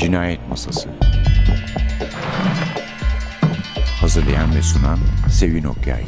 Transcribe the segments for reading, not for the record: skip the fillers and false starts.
Cinayet Masası. Hazırlayan ve sunan Sevin Okyay.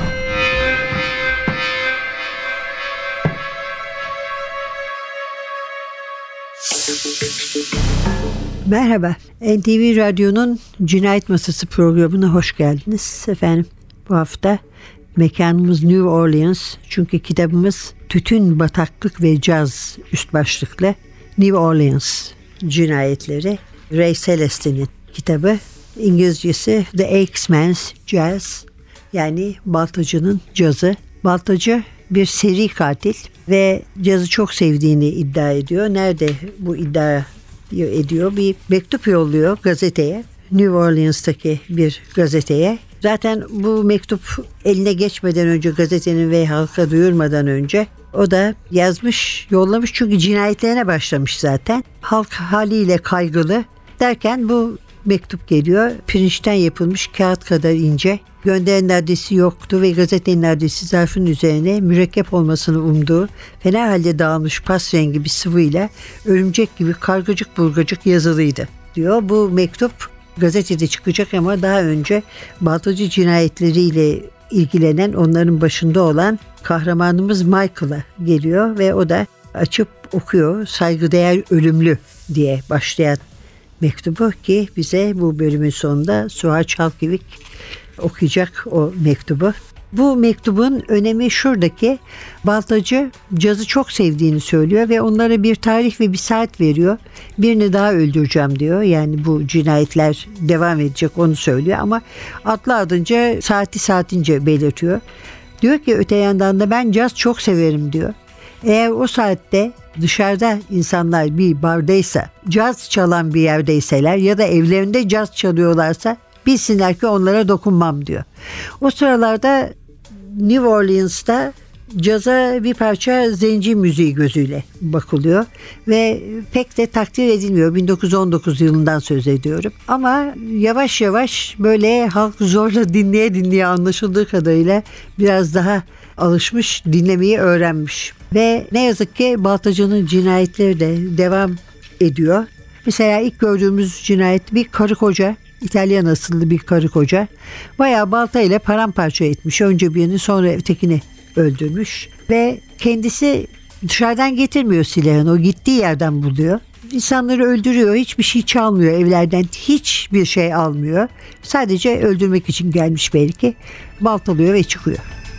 Merhaba, NTV Radyo'nun Cinayet Masası programına hoş geldiniz. Efendim, bu hafta mekanımız New Orleans. Çünkü kitabımız Tütün, Bataklık ve Caz üst başlıklı New Orleans cinayetleri. Ray Celeste'nin kitabı. İngilizcesi The Axeman's Jazz, yani baltacının cazı. Baltacı bir seri katil ve cazı çok sevdiğini iddia ediyor. Nerede bu iddia ediyor? Bir mektup yolluyor gazeteye. New Orleans'taki bir gazeteye. Zaten bu mektup eline geçmeden önce, gazetenin ve halka duyurmadan önce o da yazmış, yollamış, çünkü cinayetlerine başlamış zaten. Halk haliyle kaygılı derken bu mektup geliyor. Pirinçten yapılmış, kağıt kadar ince. Gönderen adresi yoktu ve gazetenin adresi zarfın üzerine mürekkep olmasını umduğu fena halde dağılmış pas rengi bir sıvıyla örümcek gibi kargacık burgacık yazılıydı diyor. Bu mektup gazetede çıkacak ama daha önce baltacı cinayetleriyle ilgilenen, onların başında olan kahramanımız Michael'a geliyor ve o da açıp okuyor. Saygıdeğer ölümlü diye başlayan mektubu, ki bize bu bölümün sonunda Suha Çalkivik okuyacak o mektubu. Bu mektubun önemi şuradaki: baltacı cazı çok sevdiğini söylüyor ve onlara bir tarih ve bir saat veriyor. Birini daha öldüreceğim diyor. Yani bu cinayetler devam edecek, onu söylüyor ama adlı adınca, saati saatince belirtiyor. Diyor ki öte yandan da ben caz çok severim diyor. Eğer o saatte dışarıda insanlar bir bardaysa, caz çalan bir yerdeyseler ya da evlerinde caz çalıyorlarsa bilsinler ki onlara dokunmam diyor. O sıralarda New Orleans'ta caza bir parça zenci müziği gözüyle bakılıyor ve pek de takdir edilmiyor. 1919 yılından söz ediyorum. Ama yavaş yavaş böyle halk zorla dinleye anlaşıldığı kadarıyla biraz daha alışmış, dinlemeyi öğrenmiş. Ve ne yazık ki baltacının cinayetleri de devam ediyor. Mesela ilk gördüğümüz cinayet bir karı koca, İtalyan asıllı bir karı koca, bayağı baltayla paramparça etmiş. Önce birini, sonra ötekini öldürmüş ve kendisi dışarıdan getirmiyor silahını, o gittiği yerden buluyor. İnsanları öldürüyor, hiçbir şey çalmıyor, evlerden hiçbir şey almıyor. Sadece öldürmek için gelmiş belki. Baltalıyor ve çıkıyor.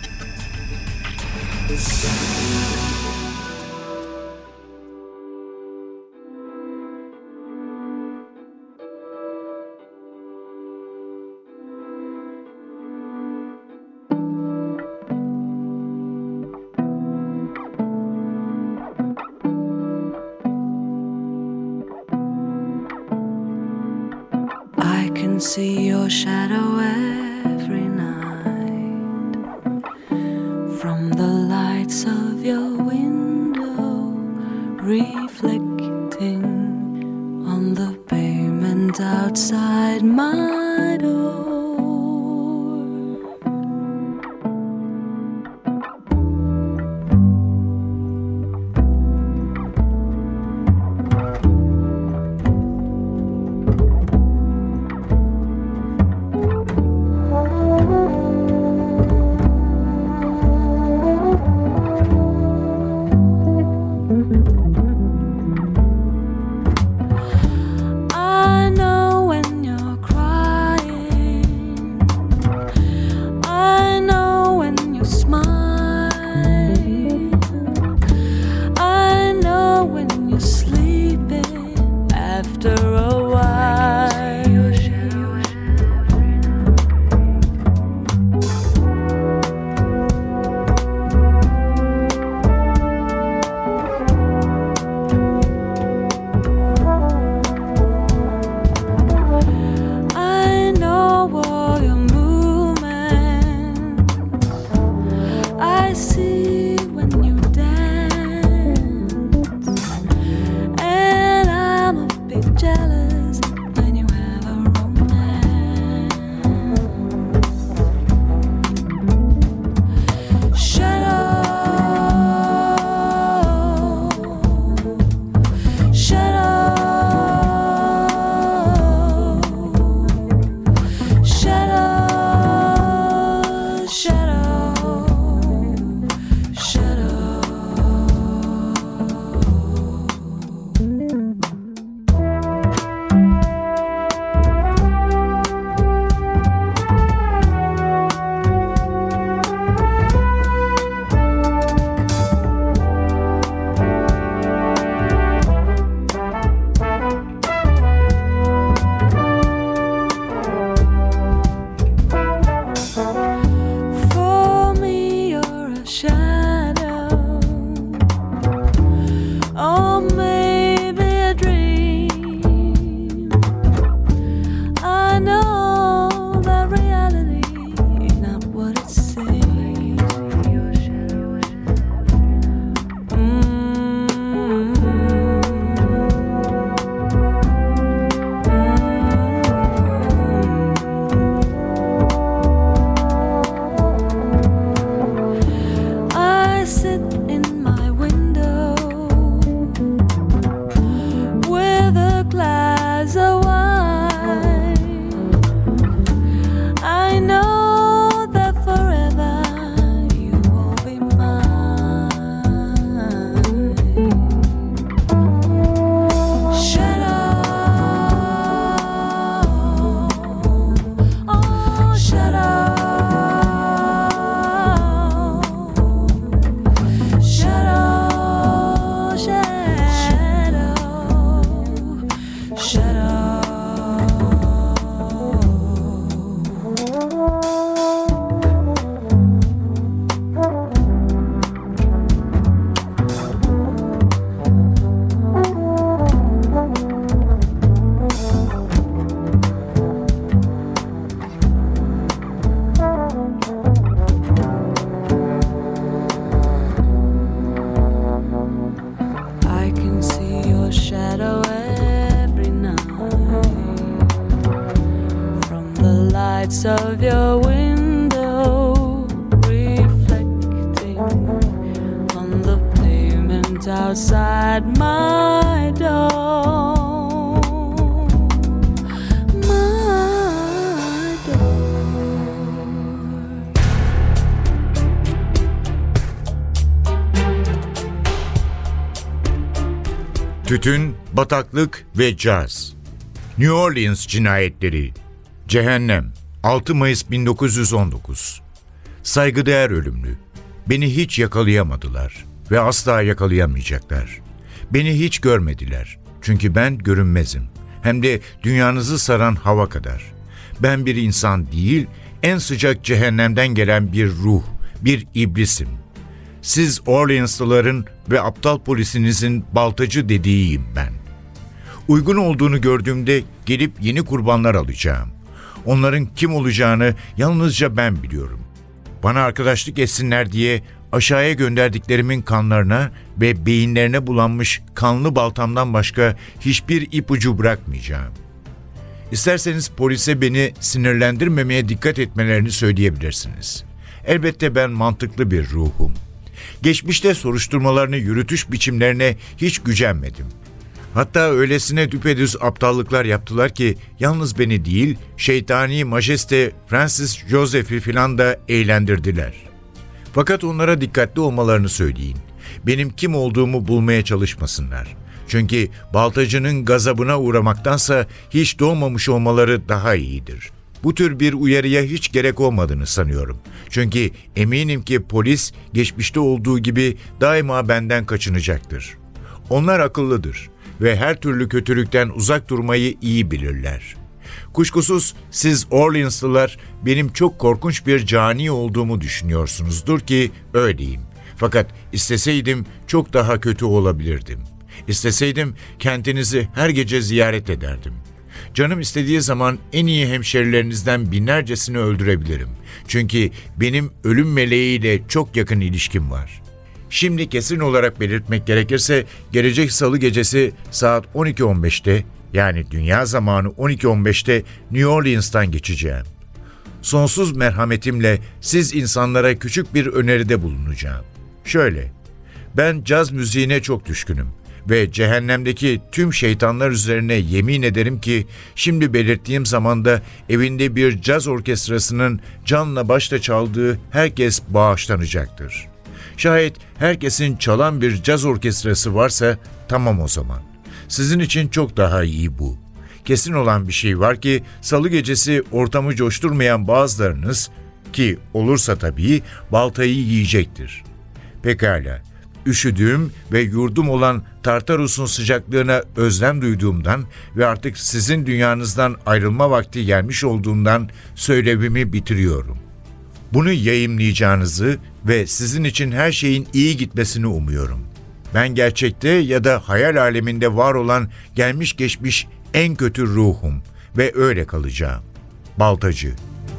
See your shadow every night from the lights of your window, reflecting on the pavement outside my door. outside my door. My door. Tütün, bataklık ve caz. New Orleans cinayetleri. Cehennem. 6 Mayıs 1919. Saygıdeğer ölümlü. Beni hiç yakalayamadılar ve asla yakalayamayacaklar. Beni hiç görmediler. Çünkü ben görünmezim. Hem de dünyanızı saran hava kadar. Ben bir insan değil, en sıcak cehennemden gelen bir ruh, bir iblisim. Siz Orleanslıların ve aptal polisinizin baltacı dediğiyim ben. Uygun olduğunu gördüğümde gelip yeni kurbanlar alacağım. Onların kim olacağını yalnızca ben biliyorum. Bana arkadaşlık etsinler diye aşağıya gönderdiklerimin kanlarına ve beyinlerine bulanmış kanlı baltamdan başka hiçbir ipucu bırakmayacağım. İsterseniz polise beni sinirlendirmemeye dikkat etmelerini söyleyebilirsiniz. Elbette ben mantıklı bir ruhum. Geçmişte soruşturmalarını yürütüş biçimlerine hiç gücenmedim. Hatta öylesine düpedüz aptallıklar yaptılar ki yalnız beni değil, şeytani majeste Francis Joseph'i filan da eğlendirdiler. Fakat onlara dikkatli olmalarını söyleyin. Benim kim olduğumu bulmaya çalışmasınlar. Çünkü baltacının gazabına uğramaktansa hiç doğmamış olmaları daha iyidir. Bu tür bir uyarıya hiç gerek olmadığını sanıyorum. Çünkü eminim ki polis geçmişte olduğu gibi daima benden kaçınacaktır. Onlar akıllıdır ve her türlü kötülükten uzak durmayı iyi bilirler. Kuşkusuz siz Orleanslılar benim çok korkunç bir cani olduğumu düşünüyorsunuzdur ki öyleyim. Fakat isteseydim çok daha kötü olabilirdim. İsteseydim kentinizi her gece ziyaret ederdim. Canım istediği zaman en iyi hemşerilerinizden binlercesini öldürebilirim. Çünkü benim ölüm meleğiyle çok yakın ilişkim var. Şimdi kesin olarak belirtmek gerekirse gelecek salı gecesi saat 12.15'te yani dünya zamanı 12.15'te New Orleans'tan geçeceğim. Sonsuz merhametimle siz insanlara küçük bir öneride bulunacağım. Şöyle, ben caz müziğine çok düşkünüm ve cehennemdeki tüm şeytanlar üzerine yemin ederim ki şimdi belirttiğim zamanda evinde bir caz orkestrasının canla başla çaldığı herkes bağışlanacaktır. Şayet herkesin çalan bir caz orkestrası varsa tamam o zaman. Sizin için çok daha iyi bu. Kesin olan bir şey var ki salı gecesi ortamı coşturmayan bazılarınız ki olursa tabii baltayı yiyecektir. Pekala. Üşüdüğüm ve yurdum olan Tartarus'un sıcaklığına özlem duyduğumdan ve artık sizin dünyanızdan ayrılma vakti gelmiş olduğundan söylevimi bitiriyorum. Bunu yayımlayacağınızı ve sizin için her şeyin iyi gitmesini umuyorum. Ben gerçekte ya da hayal aleminde var olan gelmiş geçmiş en kötü ruhum ve öyle kalacağım. Baltacı.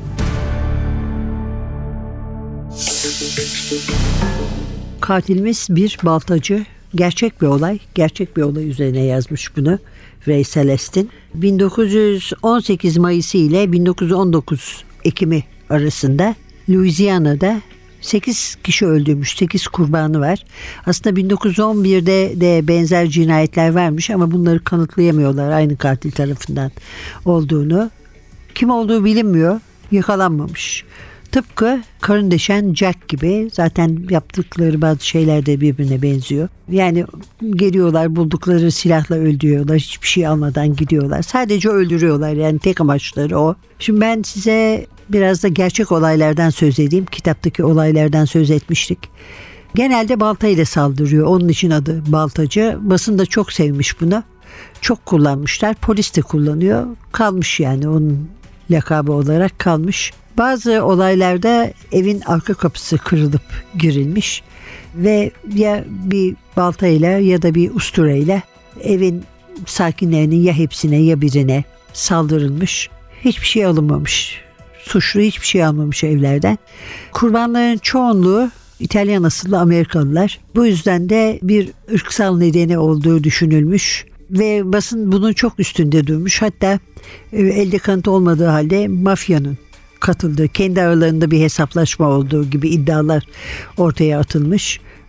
Katilimiz bir baltacı. Gerçek bir olay üzerine yazmış bunu Ray Celestin. 1918 Mayıs ile 1919 Ekimi arasında Louisiana'da 8 kişi öldürmüş, 8 kurbanı var. Aslında 1911'de de benzer cinayetler varmış ama bunları kanıtlayamıyorlar aynı katil tarafından olduğunu. Kim olduğu bilinmiyor, yakalanmamış. Tıpkı karın deşen Jack gibi, zaten yaptıkları bazı şeyler de birbirine benziyor. Yani geliyorlar, buldukları silahla öldürüyorlar, hiçbir şey almadan gidiyorlar. Sadece öldürüyorlar, yani tek amaçları o. Şimdi ben size biraz da gerçek olaylardan söz edeyim. Kitaptaki olaylardan söz etmiştik. Genelde baltayla saldırıyor. Onun için adı baltacı. Basın da çok sevmiş bunu. Çok kullanmışlar. Polis de kullanıyor. Kalmış yani, onun lakabı olarak kalmış. Bazı olaylarda evin arka kapısı kırılıp girilmiş ve ya bir baltayla ya da bir usturayla evin sakinlerinin ya hepsine ya birine saldırılmış. Hiçbir şey alınmamış. Suçlu hiçbir şey almamış evlerden. Kurbanların çoğunluğu İtalyan asıllı Amerikalılar. Bu yüzden de bir ırksal nedeni olduğu düşünülmüş ve basın bunun çok üstünde durmuş. Hatta elde kanıt olmadığı halde mafyanın katıldığı, kendi aralarında bir hesaplaşma olduğu gibi iddialar ortaya atılmış.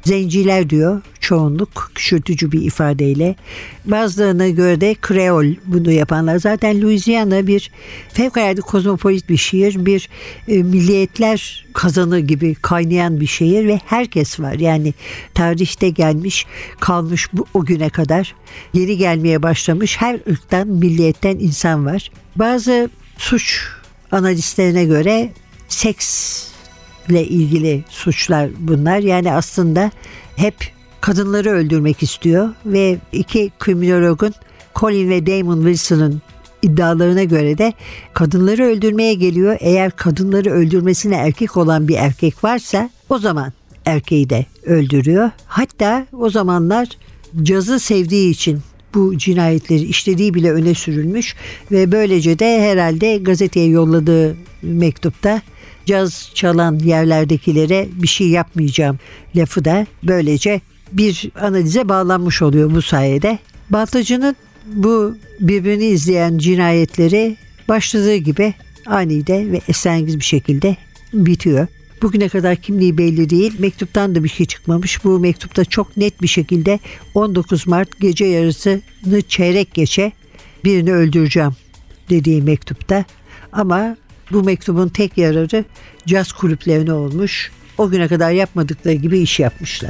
zenciler diyor çoğunluk, küçültücü bir ifadeyle. Bazılarına göre de Kreol bunu yapanlar. Zaten Louisiana bir fevkalade kozmopolit bir şehir, bir milliyetler kazanı gibi kaynayan bir şehir ve herkes var. Yani tarihte gelmiş, kalmış o güne kadar, geri gelmeye başlamış her ırktan, milliyetten insan var. Bazı suç analistlerine göre seksle ilgili suçlar bunlar. Yani aslında hep kadınları öldürmek istiyor ve iki kriminologun Colin ve Damon Wilson'ın iddialarına göre de kadınları öldürmeye geliyor. Eğer kadınları öldürmesine erkek olan bir erkek varsa o zaman erkeği de öldürüyor. Hatta o zamanlar cazı sevdiği için bu cinayetleri işlediği bile öne sürülmüş ve böylece de herhalde gazeteye yolladığı mektupta caz çalan yerlerdekilere bir şey yapmayacağım lafı da böylece bir analize bağlanmış oluyor bu sayede. Baltacı'nın bu birbirini izleyen cinayetleri başladığı gibi anide ve esengiz bir şekilde bitiyor. Bugüne kadar kimliği belli değil. Mektuptan da bir şey çıkmamış. Bu mektupta çok net bir şekilde 19 Mart gece yarısını çeyrek geçe birini öldüreceğim dediği mektupta. Ama bu mektubun tek yararı caz kulüplerine olmuş. O güne kadar yapmadıkları gibi iş yapmışlar.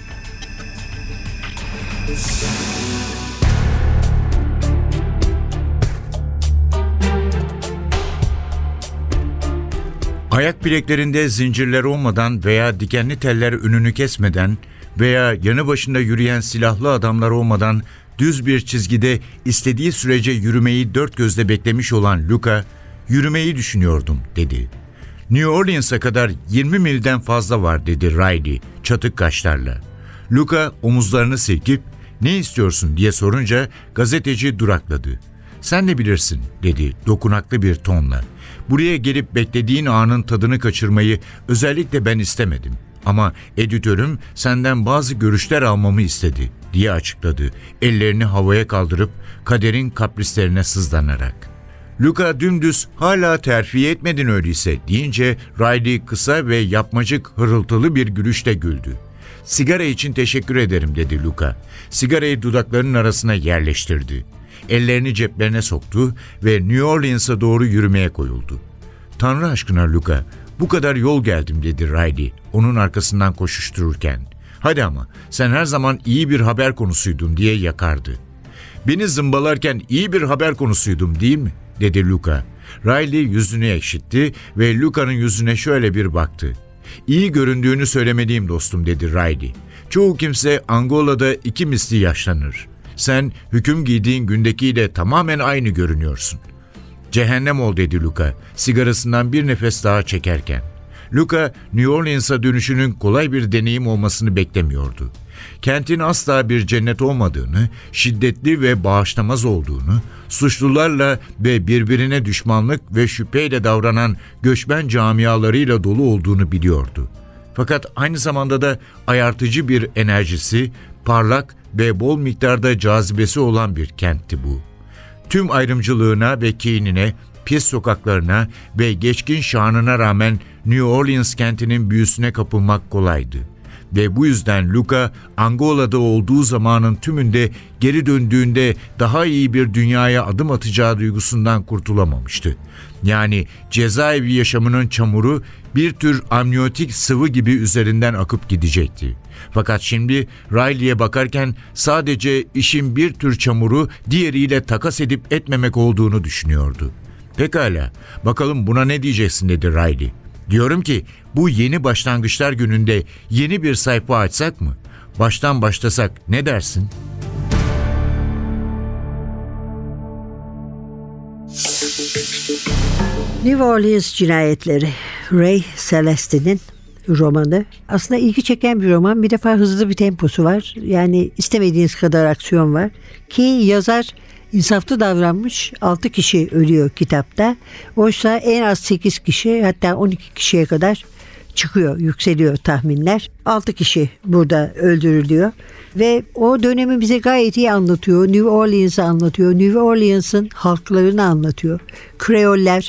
Ayak bileklerinde zincirler olmadan veya dikenli teller önünü kesmeden veya yanı başında yürüyen silahlı adamlar olmadan düz bir çizgide istediği sürece yürümeyi dört gözle beklemiş olan Luca, "Yürümeyi düşünüyordum," dedi. "New Orleans'a kadar 20 milden fazla var," dedi Riley çatık kaşlarla. Luca omuzlarını silkip "Ne istiyorsun?" diye sorunca gazeteci durakladı. "Sen de bilirsin," dedi dokunaklı bir tonla. "Buraya gelip beklediğin anın tadını kaçırmayı özellikle ben istemedim. Ama editörüm senden bazı görüşler almamı istedi," diye açıkladı, ellerini havaya kaldırıp kaderin kaprislerine sızlanarak. Luca dümdüz "Hala terfi etmedin öyleyse," deyince Riley kısa ve yapmacık hırıltılı bir gülüşle güldü. "Sigara için teşekkür ederim," dedi Luca. Sigarayı dudaklarının arasına yerleştirdi. Ellerini ceplerine soktu ve New Orleans'a doğru yürümeye koyuldu. "Tanrı aşkına Luca, bu kadar yol geldim," dedi Riley onun arkasından koşuştururken. "Hadi ama sen her zaman iyi bir haber konusuydun," diye yakardı. "Beni zımbalarken iyi bir haber konusuydum değil mi?" dedi Luca. Riley yüzünü ekşitti ve Luca'nın yüzüne şöyle bir baktı. "İyi göründüğünü söylemeliyim dostum," dedi Riley. "Çoğu kimse Angola'da iki misli yaşlanır. Sen hüküm giydiğin gündekiyle tamamen aynı görünüyorsun." "Cehennem ol," dedi Luca sigarasından bir nefes daha çekerken. Luca, New Orleans'a dönüşünün kolay bir deneyim olmasını beklemiyordu. Kentin asla bir cennet olmadığını, şiddetli ve bağışlamaz olduğunu, suçlularla ve birbirine düşmanlık ve şüpheyle davranan göçmen camialarıyla dolu olduğunu biliyordu. Fakat aynı zamanda da ayartıcı bir enerjisi, parlak ve bol miktarda cazibesi olan bir kentti bu. Tüm ayrımcılığına ve kinine, pis sokaklarına ve geçkin şanına rağmen New Orleans kentinin büyüsüne kapılmak kolaydı. Ve bu yüzden Luca, Angola'da olduğu zamanın tümünde geri döndüğünde daha iyi bir dünyaya adım atacağı duygusundan kurtulamamıştı. Yani cezaevi yaşamının çamuru bir tür amniyotik sıvı gibi üzerinden akıp gidecekti. Fakat şimdi Riley'e bakarken sadece işin bir tür çamuru diğeriyle takas edip etmemek olduğunu düşünüyordu. "Pekala, bakalım buna ne diyeceksin?" dedi Riley. "Diyorum ki bu yeni başlangıçlar gününde yeni bir sayfa açsak mı? Baştan başlasak ne dersin?" New Orleans Cinayetleri, Ray Celeste'nin romanı. Aslında ilgi çeken bir roman. Bir defa hızlı bir temposu var. Yani istemediğiniz kadar aksiyon var. Ki yazar insaflı davranmış. 6 kişi ölüyor kitapta. Oysa en az 8 kişi, hatta 12 kişiye kadar çıkıyor, yükseliyor tahminler. 6 kişi burada öldürülüyor. Ve o dönemi bize gayet iyi anlatıyor. New Orleans'ı anlatıyor. New Orleans'ın halklarını anlatıyor. Kreoller,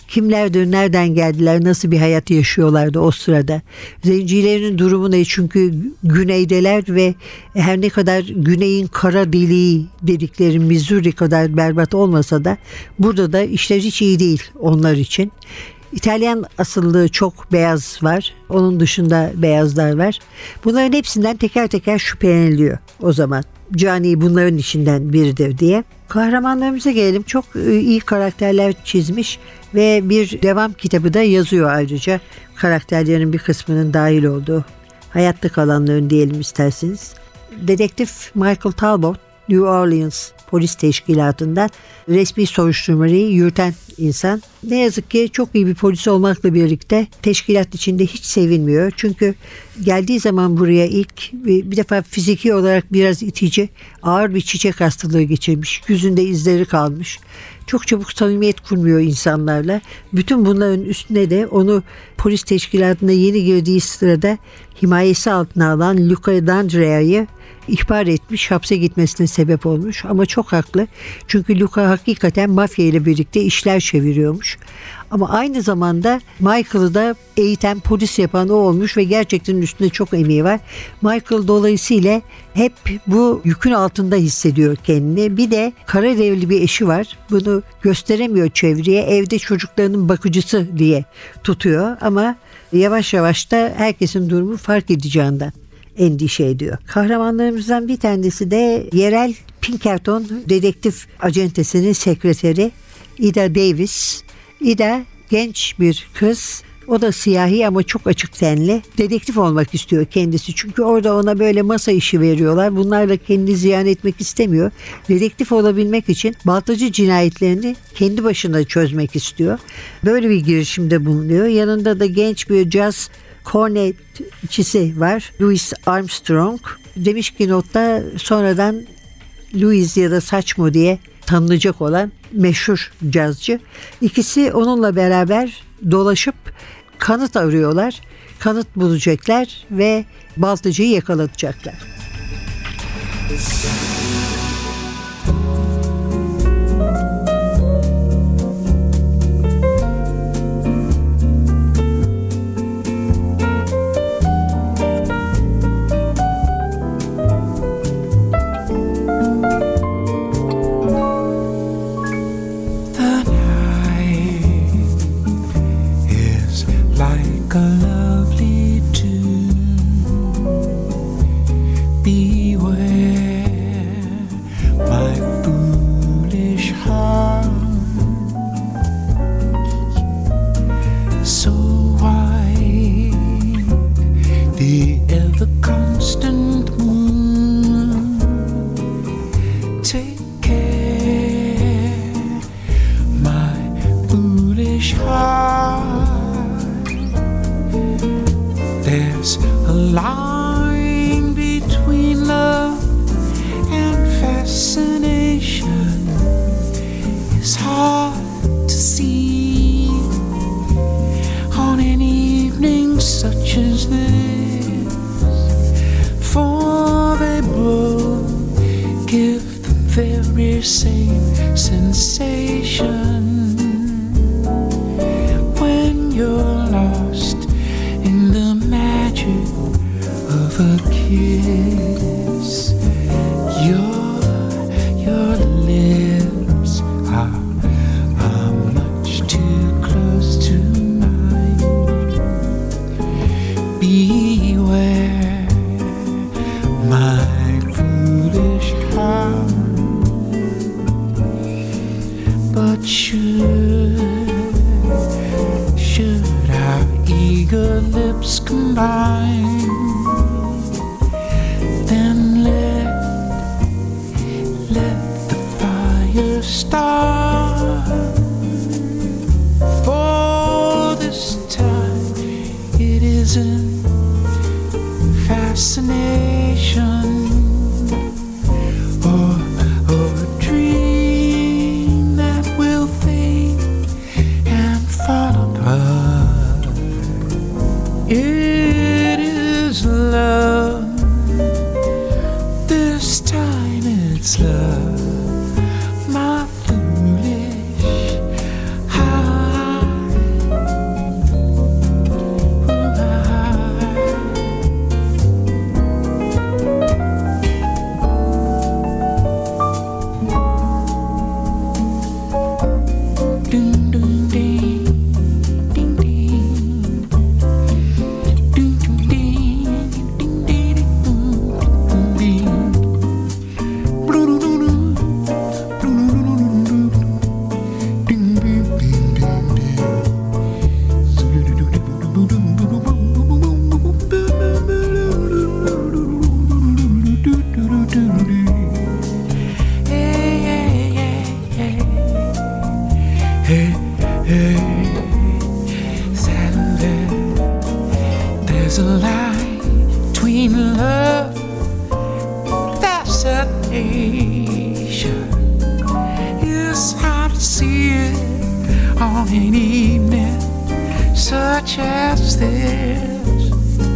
Kimlerdir, nereden geldiler, nasıl bir hayat yaşıyorlardı o sırada. Zencilerin durumu ne? Çünkü güneydeler ve her ne kadar güneyin kara deliği dedikleri Missouri kadar berbat olmasa da burada da işler hiç iyi değil onlar için. İtalyan asıllı çok beyaz var. Onun dışında beyazlar var. Bunların hepsinden teker teker şüpheleniliyor o zaman. Gianni bunların içinden biridir diye. Kahramanlarımıza gelelim. Çok iyi karakterler çizmiş ve bir devam kitabı da yazıyor ayrıca. Karakterlerin bir kısmının dahil olduğu. Hayatta kalanların diyelim isterseniz. Dedektif Michael Talbot, New Orleans polis teşkilatından resmi soruşturmayı yürüten insan. Ne yazık ki çok iyi bir polis olmakla birlikte teşkilat içinde hiç sevilmiyor. Çünkü geldiği zaman buraya ilk bir defa fiziki olarak biraz itici, ağır bir çiçek hastalığı geçirmiş. Yüzünde izleri kalmış. Çok çabuk samimiyet kurmuyor insanlarla. Bütün bunların üstüne de onu polis teşkilatına yeni girdiği sırada himayesi altına alan Luca D'Andrea'yı ihbar etmiş, hapse gitmesine sebep olmuş. Ama çok haklı. Çünkü Luca hakikaten mafya ile birlikte işler çeviriyormuş. Ama aynı zamanda Michael'ı da eğiten, polis yapan o olmuş ve gerçekten üstünde çok emeği var. Michael dolayısıyla hep bu yükün altında hissediyor kendini. Bir de Karadevli bir eşi var. Bunu gösteremiyor çevreye. Evde çocuklarının bakıcısı diye tutuyor ama yavaş yavaş da herkesin durumu fark edeceğinden endişe ediyor. Kahramanlarımızdan bir tanesi de yerel Pinkerton dedektif acentesinin sekreteri Ida Davis. Ida genç bir kız. O da siyahi ama çok açık tenli. Dedektif olmak istiyor kendisi. Çünkü orada ona böyle masa işi veriyorlar. Bunlarla kendini ziyan etmek istemiyor. Dedektif olabilmek için baltacı cinayetlerini kendi başına çözmek istiyor. Böyle bir girişimde bulunuyor. Yanında da genç bir caz kornetçisi var. Louis Armstrong. Demiş ki notta sonradan Louis ya da Saçmo diye tanınacak olan meşhur cazcı. İkisi onunla beraber dolaşıp kanıt arıyorlar. Kanıt bulacaklar ve baltacıyı yakalatacaklar. There's a line between love and fascination. It's hard to see on an evening such as this, for they both give the very same sensation when you're lost in the magic of a kiss. Your lips are much too close to mine. Beware my foolish heart. But should our eager lips combine, then let the fire start. For this time it isn't fascination or a dream that will fade and fall apart. It is love. This time it's love. My foolish heart. line between love and fascination. It's hard to see it on an evening such as this.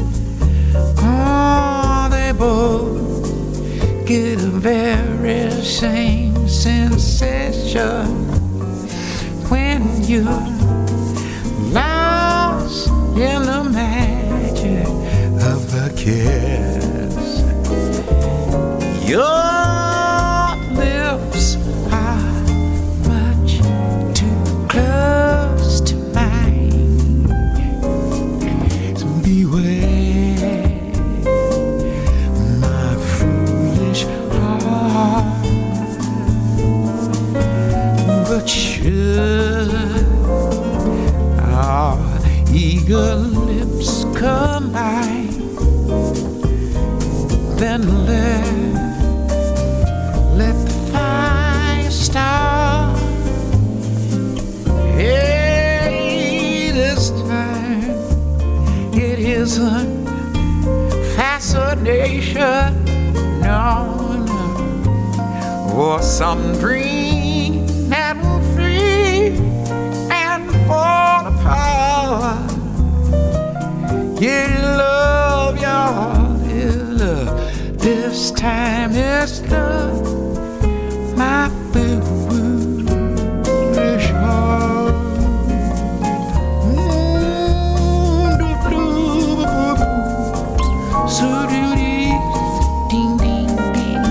Oh, they both get a very same sensation when you're lost in the magic of a kiss. Your lips are much too close to mine. So beware my foolish heart. But should our eager lips combine, then let the fire start. Hey, this time it isn't fascination, no, or some dream that will flee and fall apart. Yeah, love, y'all, yeah, love. This time it's love, my foolish heart. So do these ding ding ding.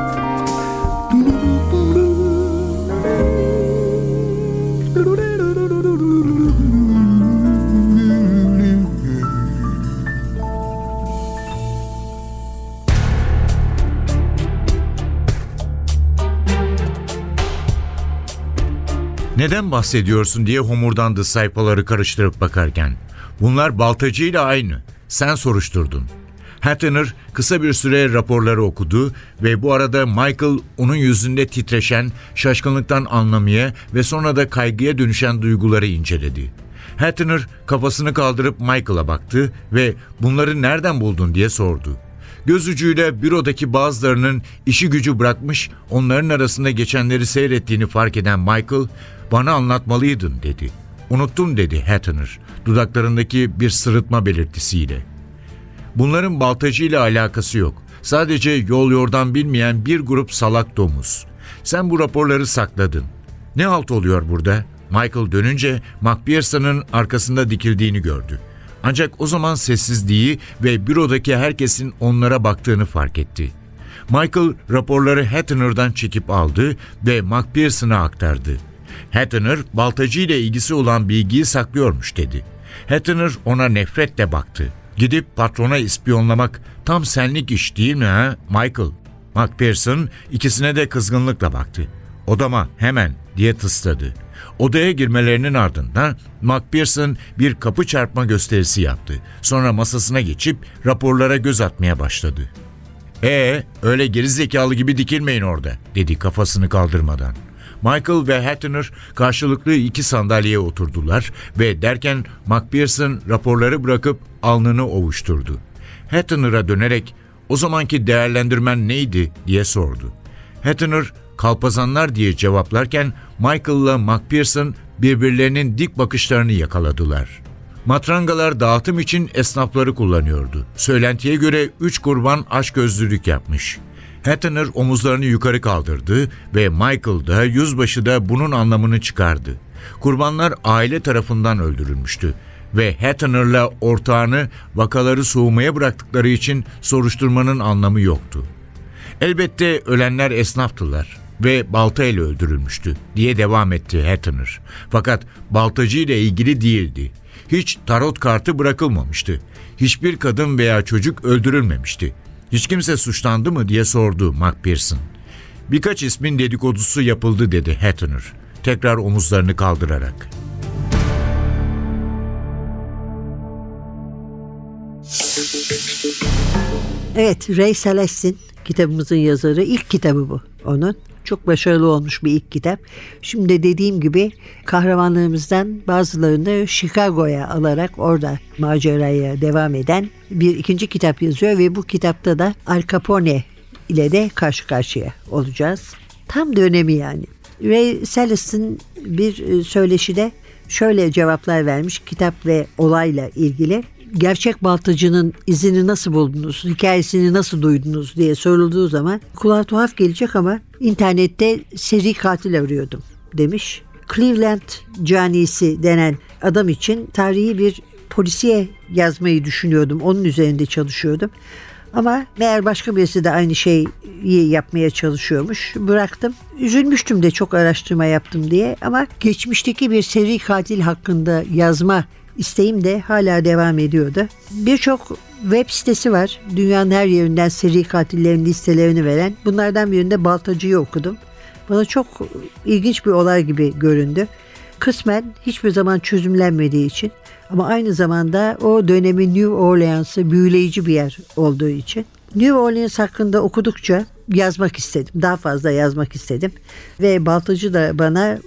Neden bahsediyorsun diye homurdandı sayfaları karıştırıp bakarken. Bunlar baltacıyla aynı. Sen soruşturdun. Hattener kısa bir süre raporları okudu ve bu arada Michael onun yüzünde titreşen, şaşkınlıktan anlamaya ve sonra da kaygıya dönüşen duyguları inceledi. Hattener kafasını kaldırıp Michael'a baktı ve "Bunları nereden buldun?" diye sordu. Göz ucuyla bürodaki bazılarının işi gücü bırakmış, onların arasında geçenleri seyrettiğini fark eden Michael, "Bana anlatmalıydın," dedi. "Unuttum," dedi Hattener, dudaklarındaki bir sırıtma belirtisiyle. "Bunların baltacıyla alakası yok. Sadece yol yordan bilmeyen bir grup salak domuz. Sen bu raporları sakladın. Ne halt oluyor burada?" Michael dönünce McPherson'ın arkasında dikildiğini gördü. Ancak o zaman sessizliği ve bürodaki herkesin onlara baktığını fark etti. Michael raporları Hattener'dan çekip aldı ve McPherson'a aktardı. Hattener, baltacıyla ilgisi olan bilgiyi saklıyormuş dedi. Hattener ona nefretle baktı. "Gidip patrona ispiyonlamak tam senlik iş değil mi ha Michael?" McPherson ikisine de kızgınlıkla baktı. "Odama hemen," diye tısladı. Odaya girmelerinin ardından McPherson bir kapı çarpma gösterisi yaptı. Sonra masasına geçip raporlara göz atmaya başladı. Öyle gerizekalı gibi dikilmeyin orada," dedi kafasını kaldırmadan. Michael ve Hattener karşılıklı iki sandalyeye oturdular ve derken McPherson raporları bırakıp alnını ovuşturdu. Hattener'a dönerek "O zamanki değerlendirmen neydi?" diye sordu. Hattener "Kalpazanlar," diye cevaplarken Michael'la McPherson birbirlerinin dik bakışlarını yakaladılar. Matrangalar dağıtım için esnafları kullanıyordu. Söylentiye göre 3 kurban açgözlülük yapmış. Hattener omuzlarını yukarı kaldırdı ve Michael da yüzbaşı da bunun anlamını çıkardı. Kurbanlar aile tarafından öldürülmüştü ve Hattener'la ortağını vakaları soğumaya bıraktıkları için soruşturmanın anlamı yoktu. "Elbette ölenler esnaftılar ve baltayla öldürülmüştü," diye devam etti Hattener. "Fakat baltacı ile ilgili değildi. Hiç tarot kartı bırakılmamıştı. Hiçbir kadın veya çocuk öldürülmemişti. Hiç kimse suçlandı mı?" diye sordu McPherson. "Birkaç ismin dedikodusu yapıldı," dedi Hattener, tekrar omuzlarını kaldırarak. Evet, Ray Celestin kitabımızın yazarı. İlk kitabı bu onun. çok başarılı olmuş bir ilk kitap. Şimdi de dediğim gibi kahramanlarımızdan bazılarını Chicago'ya alarak orada maceraya devam eden bir ikinci kitap yazıyor ve bu kitapta da Al Capone ile de karşı karşıya olacağız. Tam dönemi yani. Ray Salliston bir söyleşide şöyle cevaplar vermiş kitap ve olayla ilgili. Gerçek baltacının izini nasıl buldunuz, hikayesini nasıl duydunuz diye sorulduğu zaman kulağa tuhaf gelecek ama internette seri katil arıyordum demiş. Cleveland canisi denen adam için tarihi bir polisiye yazmayı düşünüyordum. Onun üzerinde çalışıyordum. Ama meğer başka birisi de aynı şeyi yapmaya çalışıyormuş. Bıraktım. Üzülmüştüm de çok araştırma yaptım diye. Ama geçmişteki bir seri katil hakkında yazma isteğim de hala devam ediyordu. Birçok web sitesi var. Dünyanın her yerinden seri katillerin listelerini veren. Bunlardan birinde Baltacı'yı okudum. Bana çok ilginç bir olay gibi göründü. Kısmen hiçbir zaman çözümlenmediği için ama aynı zamanda o dönemin New Orleans'ı büyüleyici bir yer olduğu için New Orleans hakkında okudukça yazmak istedim. Daha fazla yazmak istedim. Ve Baltacı da bana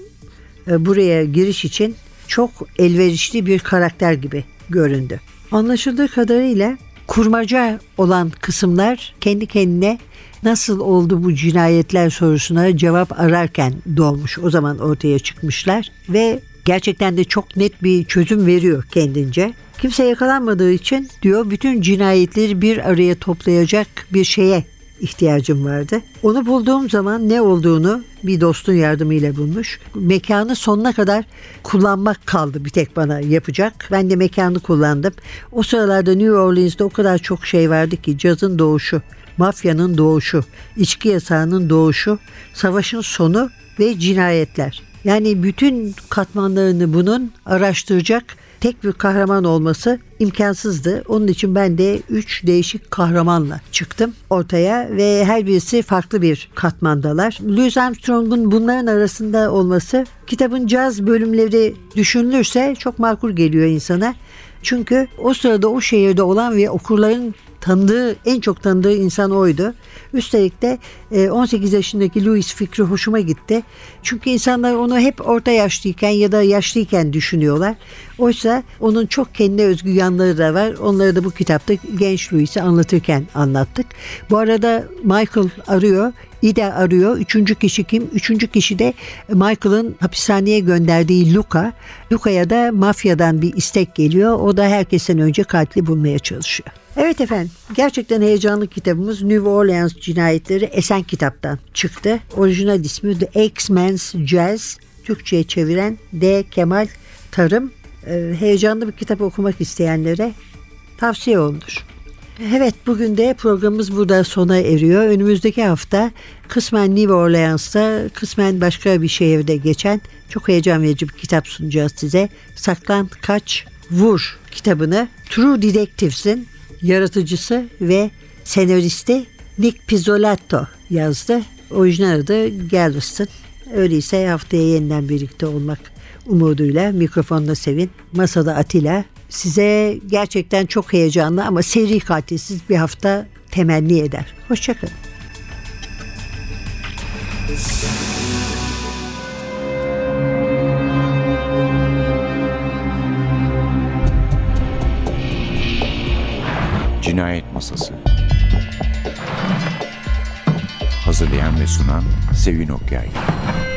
buraya giriş için çok elverişli bir karakter gibi göründü. Anlaşıldığı kadarıyla kurmaca olan kısımlar kendi kendine nasıl oldu bu cinayetler sorusuna cevap ararken doğmuş. O zaman ortaya çıkmışlar ve gerçekten de çok net bir çözüm veriyor kendince. Kimse yakalanmadığı için diyor bütün cinayetleri bir araya toplayacak bir şeye ihtiyacım vardı. Onu bulduğum zaman ne olduğunu bir dostun yardımıyla bulmuş. Mekanı sonuna kadar kullanmak kaldı bir tek bana yapacak. Ben de mekanı kullandım. O sıralarda New Orleans'da o kadar çok şey vardı ki cazın doğuşu, mafyanın doğuşu, içki yasağının doğuşu, savaşın sonu ve cinayetler. Yani bütün katmanlarını bunun araştıracak tek bir kahraman olması imkansızdı. Onun için ben de 3 değişik kahramanla çıktım ortaya ve her birisi farklı bir katmandalar. Louis Armstrong'un bunların arasında olması kitabın caz bölümleri düşünülürse çok makul geliyor insana. Çünkü o sırada o şehirde olan ve okurların en çok tanıdığı insan oydu. Üstelik de 18 yaşındaki Louis fikri hoşuma gitti. Çünkü insanlar onu hep orta yaşlıyken ya da yaşlıyken düşünüyorlar. Oysa onun çok kendine özgü yanları da var. Onları da bu kitapta genç Louis'i anlatırken anlattık. Bu arada Michael arıyor. Ida arıyor. Üçüncü kişi kim? Üçüncü kişi de Michael'ın hapishaneye gönderdiği Luca. Luca'ya da mafyadan bir istek geliyor. O da herkesten önce katili bulmaya çalışıyor. Evet efendim, gerçekten heyecanlı kitabımız New Orleans Cinayetleri Esen Kitap'tan çıktı. Orijinal ismi The X-Men's Jazz, Türkçe'ye çeviren D. Kemal Tarım. Heyecanlı bir kitap okumak isteyenlere tavsiye olunur. Evet, bugün de programımız burada sona eriyor. Önümüzdeki hafta kısmen New Orleans'ta, kısmen başka bir şehirde geçen çok heyecan verici bir kitap sunacağız size. Saklan, Kaç, Vur kitabını True Detectives'in yaratıcısı ve senaristi Nick Pizzolatto yazdı. Orijinal adı Galveston. Öyleyse haftaya yeniden birlikte olmak umuduyla mikrofonda Sevin, masada Atilla. Size gerçekten çok heyecanlı ama seri katilsiz bir hafta temenni eder. Hoşçakalın. Cinayet Masası. Hazırlayan ve sunan Sevin Okyay.